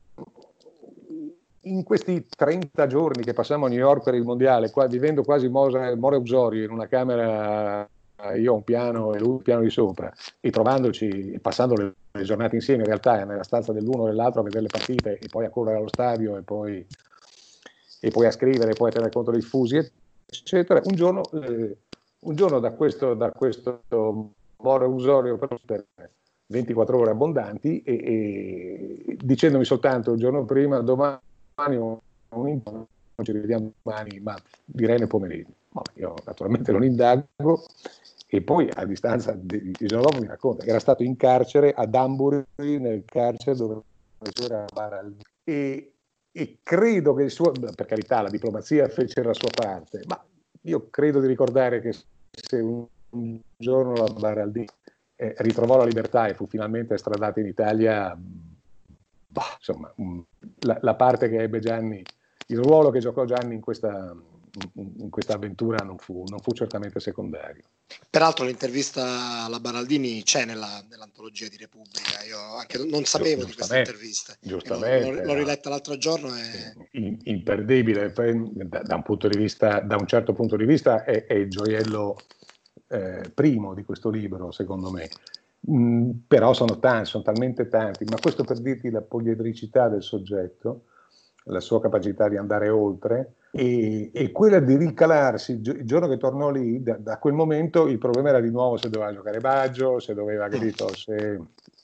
in questi trenta giorni che passammo a New York per il mondiale, qua, vivendo quasi More Auxorio in una camera, io ho un piano e lui un piano di sopra, e trovandoci, passando le, le giornate insieme, in realtà nella stanza dell'uno o dell'altro a vedere le partite e poi a correre allo stadio e poi, e poi a scrivere e poi a tenere conto dei fusi, eccetera. Un giorno, eh, un giorno da questo, da questo More Auxorio per ventiquattro ore abbondanti e, e dicendomi soltanto il giorno prima, domani un, un incontro, ci rivediamo domani, ma direi nel pomeriggio. No, io naturalmente non indago. E poi a distanza di giorno dopo mi racconta che era stato in carcere a Danbury, nel carcere dove c'era Baraldi. E, e credo che il suo, per carità, la diplomazia fece la sua parte, ma io credo di ricordare che se un, un giorno la Baraldi eh, ritrovò la libertà e fu finalmente estradata in Italia, bah, insomma, la, la parte che ebbe Gianni, il ruolo che giocò Gianni in questa, in questa avventura non fu, non fu certamente secondario. Peraltro l'intervista alla Baraldini c'è nella, nell'antologia di Repubblica, io anche non sapevo di questa intervista, giustamente, l'ho, l'ho riletta l'altro giorno e... imperdibile. Da, da un punto di vista, da un certo punto di vista è, è il gioiello eh, primo di questo libro, secondo me. Mm, però sono tanti, sono talmente tanti, ma questo per dirti la poliedricità del soggetto, la sua capacità di andare oltre e, e quella di ricalarsi. Il giorno che tornò lì, da, da quel momento il problema era di nuovo se doveva giocare Baggio, se doveva, capito, se,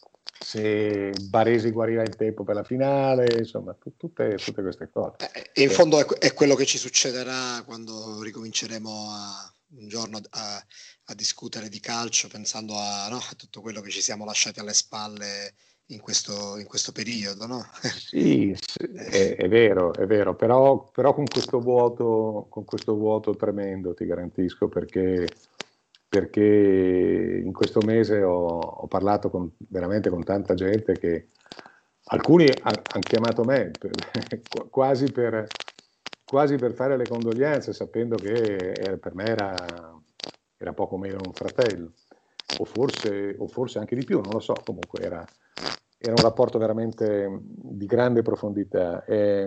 se Baresi guariva in tempo per la finale, insomma, t- tutte, tutte queste cose. E in eh. fondo è, è quello che ci succederà quando ricominceremo a, un giorno a, a discutere di calcio, pensando a, no, a tutto quello che ci siamo lasciati alle spalle in questo, in questo periodo, no? Sì, è, è vero, è vero, però, però con questo vuoto, con questo vuoto tremendo, ti garantisco, perché, perché in questo mese ho, ho parlato con, veramente con tanta gente che alcuni hanno chiamato me per, quasi, per, quasi per fare le condoglianze, sapendo che era, per me era, era poco meno un fratello, o forse, o forse anche di più, non lo so, comunque era... Era un rapporto veramente di grande profondità. E,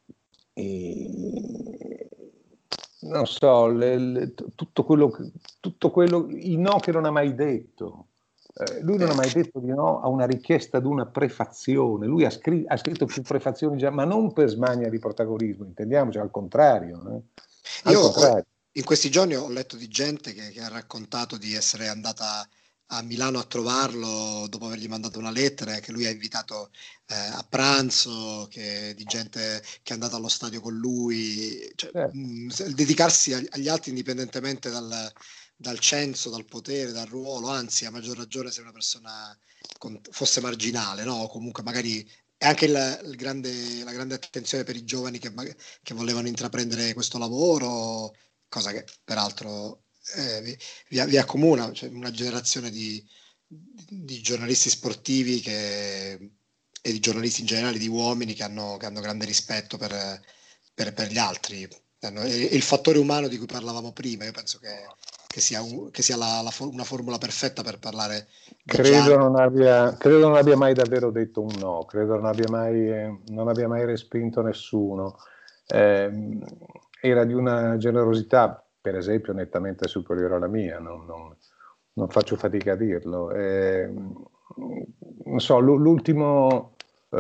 e, non so, le, le, tutto, quello, tutto quello, i no che non ha mai detto. Eh, lui non ha mai detto di no a una richiesta di una prefazione. Lui ha, scri- ha scritto più prefazioni già, ma non per smania di protagonismo, intendiamoci, al contrario. Eh. Al Io contrario. In questi giorni ho letto di gente che, che ha raccontato di essere andata a Milano a trovarlo dopo avergli mandato una lettera, che lui ha invitato eh, a pranzo, che, di gente che è andata allo stadio con lui, cioè, certo. mh, dedicarsi agli, agli altri indipendentemente dal, dal censo, dal potere, dal ruolo, anzi a maggior ragione se una persona con, fosse marginale, no? O comunque magari e anche il, il grande, la grande attenzione per i giovani che, che volevano intraprendere questo lavoro, cosa che peraltro eh, vi, vi, vi accomuna, cioè una generazione di, di giornalisti sportivi che, e di giornalisti in generale, di uomini che hanno, che hanno grande rispetto per, per, per gli altri. E il fattore umano di cui parlavamo prima, io penso che, che sia, un, che sia la, la, una formula perfetta per parlare di credo non, abbia, credo non abbia mai davvero detto un no, credo non abbia mai, non abbia mai respinto nessuno. eh, era di una generosità, per esempio, nettamente superiore alla mia, non, non, non faccio fatica a dirlo. Eh, non so, l'ultimo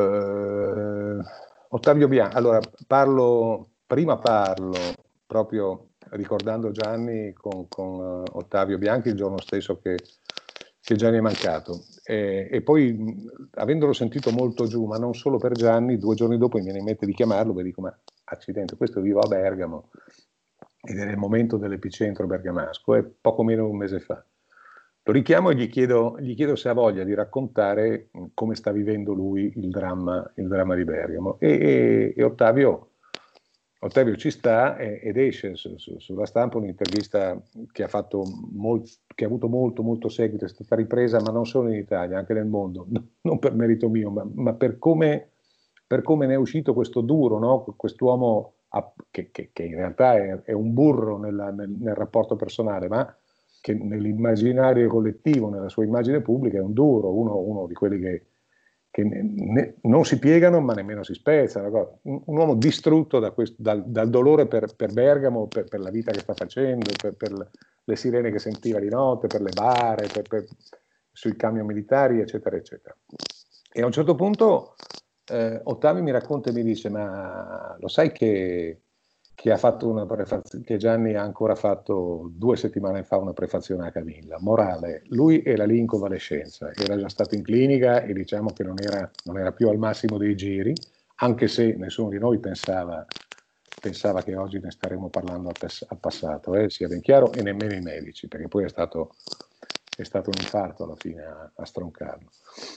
eh, Ottavio Bianchi, allora parlo, prima parlo proprio ricordando Gianni con, con Ottavio Bianchi il giorno stesso che, che Gianni è mancato, e, e poi avendolo sentito molto giù, ma non solo per Gianni, due giorni dopo mi viene in mente di chiamarlo e dico: ma accidente, questo vivo a Bergamo ed era il momento dell'epicentro bergamasco, e poco meno di un mese fa lo richiamo e gli chiedo, gli chiedo se ha voglia di raccontare come sta vivendo lui il dramma, il dramma di Bergamo, e, e, e Ottavio, Ottavio ci sta, e, ed esce su, su, sulla stampa un'intervista che ha, fatto molt, che ha avuto molto molto seguito, è stata ripresa ma non solo in Italia, anche nel mondo, non per merito mio, ma, ma per, come, per come ne è uscito questo duro, no? Quest'uomo che, che, che in realtà è, è un burro nella, nel, nel rapporto personale, ma che nell'immaginario collettivo, nella sua immagine pubblica, è un duro, uno, uno di quelli che, che ne, ne, non si piegano ma nemmeno si spezzano, un, un uomo distrutto da questo, dal, dal dolore per, per Bergamo, per, per la vita che sta facendo, per, per le sirene che sentiva di notte, per le bare, per, per, sui camion militari, eccetera, eccetera. E a un certo punto eh, Ottavio mi racconta e mi dice: ma lo sai che che ha fatto una prefazione, che Gianni ha ancora fatto due settimane fa una prefazione a Camilla. Morale, lui era lì in convalescenza, era già stato in clinica e diciamo che non era, non era più al massimo dei giri, anche se nessuno di noi pensava, pensava che oggi ne staremo parlando al, al passato, eh, sia ben chiaro, e nemmeno i medici, perché poi è stato, è stato un infarto alla fine a, a stroncarlo.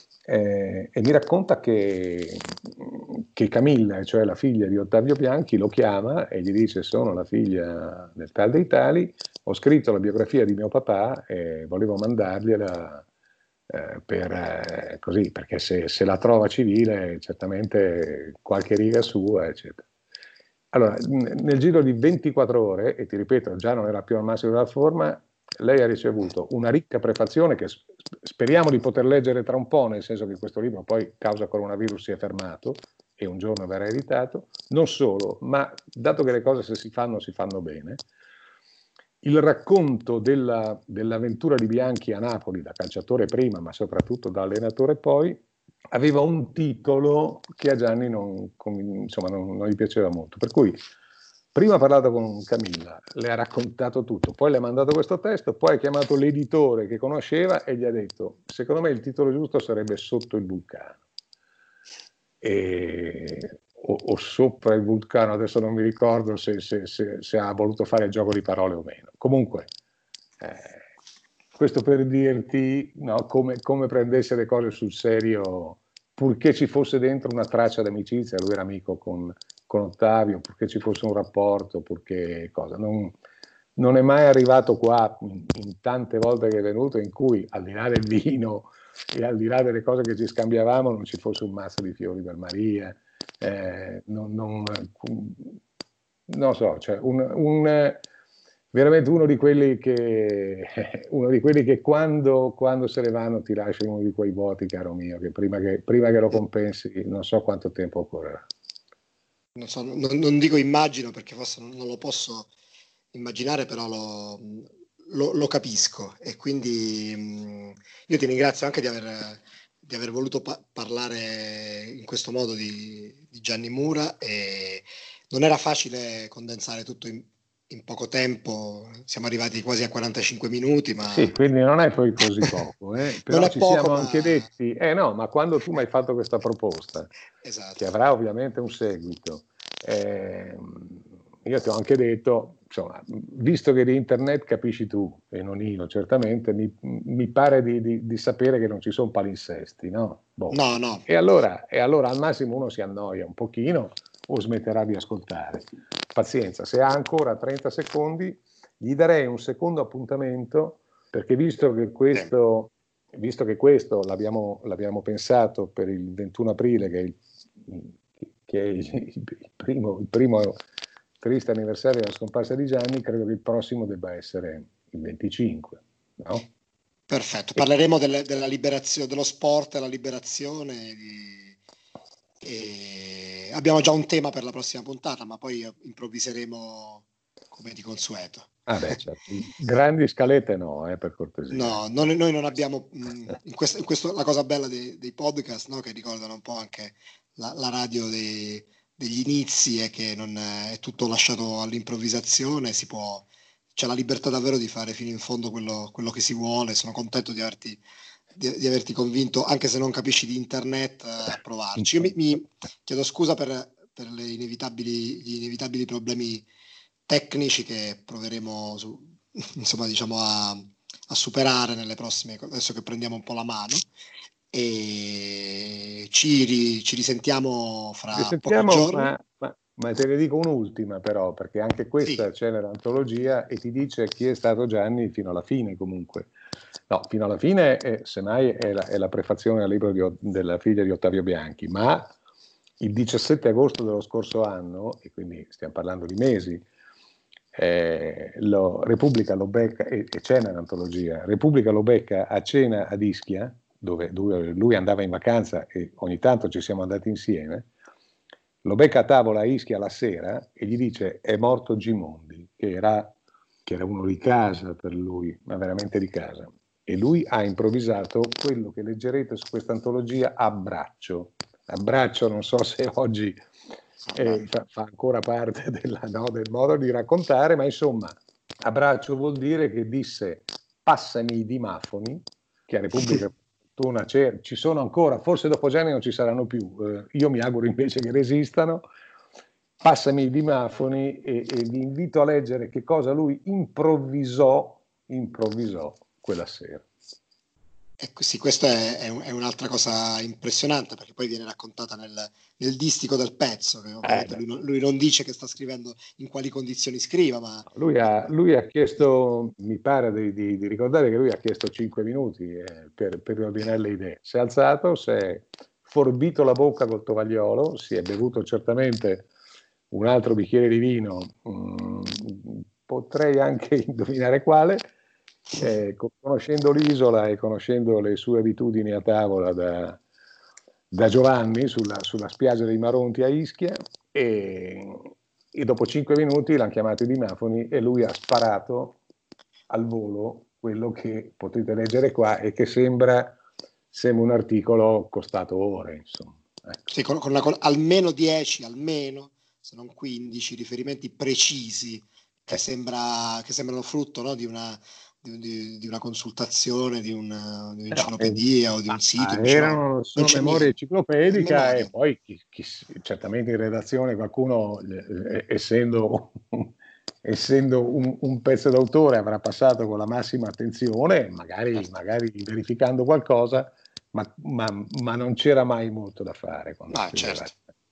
Eh, e mi racconta che, che Camilla, cioè la figlia di Ottavio Bianchi, lo chiama e gli dice: sono la figlia del tal dei tali, ho scritto la biografia di mio papà e volevo mandargliela eh, per, eh, così, perché se, se la trova civile certamente qualche riga sua, eccetera. Allora, nel giro di ventiquattro ore, e ti ripeto, già non era più al massimo della forma, lei ha ricevuto una ricca prefazione che speriamo di poter leggere tra un po', nel senso che questo libro poi, causa coronavirus, si è fermato e un giorno verrà editato. Non solo, ma dato che le cose, se si fanno, si fanno bene, il racconto della, dell'avventura di Bianchi a Napoli, da calciatore prima, ma soprattutto da allenatore poi, aveva un titolo che a Gianni non, insomma, non, non gli piaceva molto. Per cui prima ha parlato con Camilla, le ha raccontato tutto, poi le ha mandato questo testo, poi ha chiamato l'editore che conosceva e gli ha detto: secondo me il titolo giusto sarebbe Sotto il vulcano. E, o, o Sopra il vulcano, adesso non mi ricordo se, se, se, se ha voluto fare il gioco di parole o meno. Comunque, eh, questo per dirti, no, come, come prendesse le cose sul serio, purché ci fosse dentro una traccia d'amicizia. Lui era amico con, con Ottavio, purché ci fosse un rapporto, purché cosa. Non, non è mai arrivato qua, in, in tante volte che è venuto, in cui al di là del vino e al di là delle cose che ci scambiavamo non ci fosse un mazzo di fiori per Maria, eh, non, non, non so, cioè un, un, veramente uno di quelli che uno di quelli che quando, quando se ne vanno ti lascia uno di quei voti, caro mio, che prima che, prima che lo compensi non so quanto tempo occorrerà. Non, so, non, non dico immagino, perché forse non, non lo posso immaginare, però lo, lo, lo capisco, e quindi mh, io ti ringrazio anche di aver, di aver voluto pa- parlare in questo modo di, di Gianni Mura. E non era facile condensare tutto in, in poco tempo, siamo arrivati quasi a quarantacinque minuti, ma sì, quindi non è poi così poco, eh? Però non è ci poco, siamo ma anche detti, eh no, ma quando tu mi hai fatto questa proposta, esatto, che avrà ovviamente un seguito, eh, io ti ho anche detto, insomma, visto che di internet capisci tu e non io, certamente, mi, mi pare di, di, di sapere che non ci sono palinsesti, no? Boh. no, no. E allora, e allora al massimo uno si annoia un pochino o smetterà di ascoltare. Pazienza, se ha ancora trenta secondi, gli darei un secondo appuntamento, perché visto che questo, visto che questo l'abbiamo, l'abbiamo pensato per il ventuno aprile, che è il, che è il, il, primo, il primo triste anniversario della scomparsa di Gianni, credo che il prossimo debba essere il venticinque, no? Perfetto, parleremo delle, della liberazione, dello sport e la liberazione di, E abbiamo già un tema per la prossima puntata, ma poi improvviseremo come di consueto. Ah beh, certo. Grandi scalette no, eh, per cortesia. No, non, noi non abbiamo, mh, in questo, in questo, la cosa bella dei, dei podcast, no, che ricordano un po' anche la, la radio dei, degli inizi, è che non è, è tutto lasciato all'improvvisazione, si può, c'è la libertà davvero di fare fino in fondo quello, quello che si vuole. Sono contento di averti, di, di averti convinto, anche se non capisci di internet, a provarci. Io mi, mi chiedo scusa per, per le inevitabili, gli inevitabili problemi tecnici che proveremo su, insomma, diciamo a, a superare nelle prossime, adesso che prendiamo un po' la mano, e ci, ri, ci risentiamo fra Risentiamo, pochi giorni. Ma, ma, ma te ne dico un'ultima però, perché anche questa sì. C'è nell'antologia e ti dice chi è stato Gianni fino alla fine comunque. No, fino alla fine, eh, semmai, è la, è la prefazione al libro di, della figlia di Ottavio Bianchi, ma il diciassette agosto dello scorso anno, e quindi stiamo parlando di mesi, eh, lo, Repubblica lo becca, e, e c'è nell'antologia, Repubblica lo becca a cena ad Ischia, dove, dove lui andava in vacanza e ogni tanto ci siamo andati insieme, lo becca a tavola a Ischia la sera e gli dice è morto Gimondi, che era, che era uno di casa per lui, ma veramente di casa. E lui ha improvvisato quello che leggerete su questa antologia a braccio. A braccio non so se oggi eh, fa, fa ancora parte della, no, del modo di raccontare, ma insomma, a braccio vuol dire che disse passami i dimafoni, che a Repubblica Fortuna ci sono ancora, forse dopo Gianni non ci saranno più, eh, io mi auguro invece che resistano, passami i dimafoni e, e vi invito a leggere che cosa lui improvvisò, improvvisò quella sera. Ecco, sì, questa è, è, un, è un'altra cosa impressionante, perché poi viene raccontata nel, nel distico del pezzo, che ovviamente eh, lui, non, lui non dice che sta scrivendo in quali condizioni scriva, ma... Lui ha, lui ha chiesto, mi pare di, di, di ricordare che lui ha chiesto cinque minuti eh, per, per riordinare le idee. Si è alzato, si è forbito la bocca col tovagliolo, si è bevuto certamente un altro bicchiere di vino, mh, potrei anche indovinare quale, Eh, conoscendo l'isola e conoscendo le sue abitudini a tavola da, da Giovanni sulla, sulla spiaggia dei Maronti a Ischia, e, e dopo cinque minuti l'hanno chiamato i dimafoni e lui ha sparato al volo quello che potete leggere qua e che sembra, sembra un articolo costato ore, insomma. Ecco. Sì, con, con, una, con almeno dieci, almeno, se non quindici riferimenti precisi che, eh. sembra, che sembrano frutto, no, di una... Di, di una consultazione, di, una, di un'enciclopedia, no, o di un sito. Ah, erano solo memoria enciclopedica memoria. E poi chi, chi, certamente in redazione qualcuno, eh, essendo, essendo un, un pezzo d'autore, avrà passato con la massima attenzione, magari, magari verificando qualcosa, ma, ma, ma non c'era mai molto da fare. Ah, certo.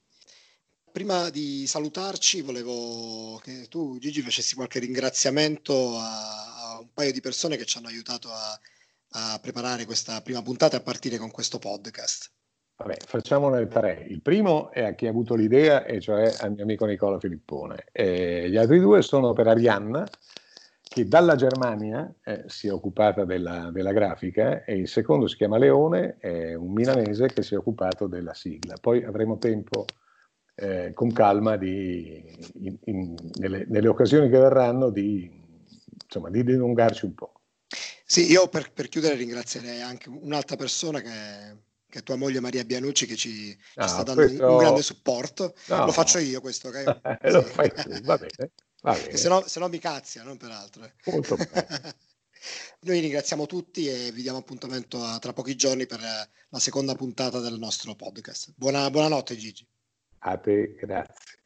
Prima di salutarci volevo che tu, Gigi, facessi qualche ringraziamento a, a un paio di persone che ci hanno aiutato a, a preparare questa prima puntata e a partire con questo podcast. Vabbè, facciamone tre. Il primo è a chi ha avuto l'idea, e cioè al mio amico Nicola Filippone. E gli altri due sono per Arianna, che dalla Germania eh, si è occupata della, della grafica, e il secondo si chiama Leone, è un milanese che si è occupato della sigla. Poi avremo tempo... Eh, con calma di, in, in, nelle, nelle occasioni che verranno di, insomma, di dilungarci un po'. Sì, io per, per chiudere ringrazierei anche un'altra persona che, che è tua moglie Maria Bianucci, che ci, ci no, sta dando questo... un, un grande supporto. No. Lo faccio io questo, ok? Lo sì. Fai tu, va bene. Va bene. Se no, se no mi cazzia, non per altro. Eh. Molto bene. Noi ringraziamo tutti e vi diamo appuntamento a, tra pochi giorni per la seconda puntata del nostro podcast. Buona, buonanotte Gigi. A te, grazie.